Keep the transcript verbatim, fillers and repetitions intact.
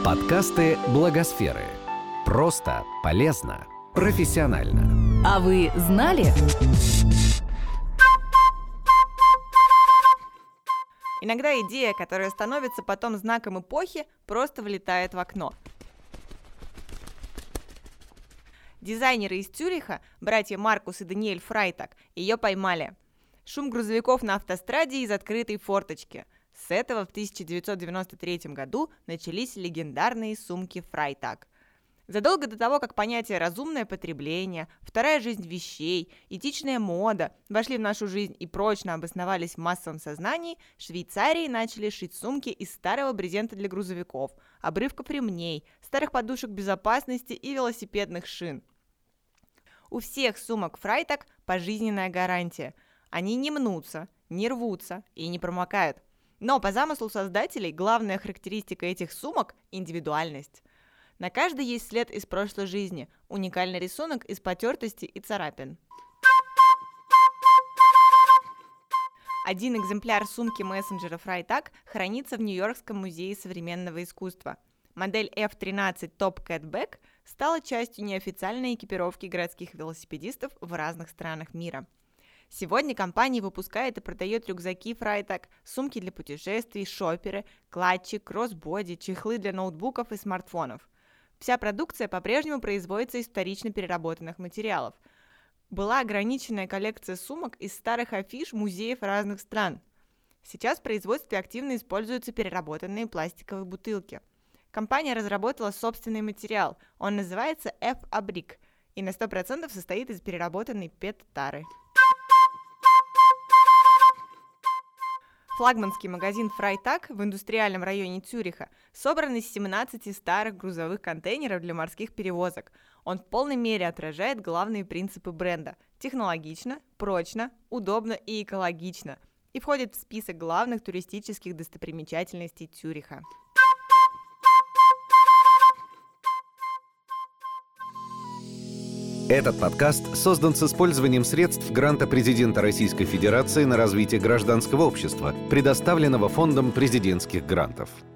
Подкасты Благосферы. Просто, полезно, профессионально. А вы знали? Иногда идея, которая становится потом знаком эпохи, просто влетает в окно. Дизайнеры из Цюриха, братья Маркус и Даниэль Фрайтаг, ее поймали. Шум грузовиков на автостраде из открытой форточки. С этого в тысяча девятьсот девяносто третьем году начались легендарные сумки Фрайтаг. Задолго до того, как понятия «разумное потребление», «вторая жизнь вещей», «этичная мода» вошли в нашу жизнь и прочно обосновались в массовом сознании, в Швейцарии начали шить сумки из старого брезента для грузовиков, обрывков ремней, старых подушек безопасности и велосипедных шин. У всех сумок Фрайтаг пожизненная гарантия. Они не мнутся, не рвутся и не промокают. Но по замыслу создателей главная характеристика этих сумок – индивидуальность. На каждой есть след из прошлой жизни, уникальный рисунок из потертости и царапин. Один экземпляр сумки мессенджера Фрайтаг хранится в Нью-Йоркском музее современного искусства. Модель эф тринадцать Top Cat Bag стала частью неофициальной экипировки городских велосипедистов в разных странах мира. Сегодня компания выпускает и продает рюкзаки Фрайтаг, сумки для путешествий, шоперы, клатчи, кроссбоди, чехлы для ноутбуков и смартфонов. Вся продукция по-прежнему производится из вторично переработанных материалов. Была ограниченная коллекция сумок из старых афиш музеев разных стран. Сейчас в производстве активно используются переработанные пластиковые бутылки. Компания разработала собственный материал, он называется F-Abrik и на сто процентов состоит из переработанной пет-тары. Флагманский магазин Фрайтаг в индустриальном районе Цюриха собран из семнадцати старых грузовых контейнеров для морских перевозок. Он в полной мере отражает главные принципы бренда – технологично, прочно, удобно и экологично, и входит в список главных туристических достопримечательностей Цюриха. Этот подкаст создан с использованием средств гранта президента Российской Федерации на развитие гражданского общества, предоставленного Фондом президентских грантов.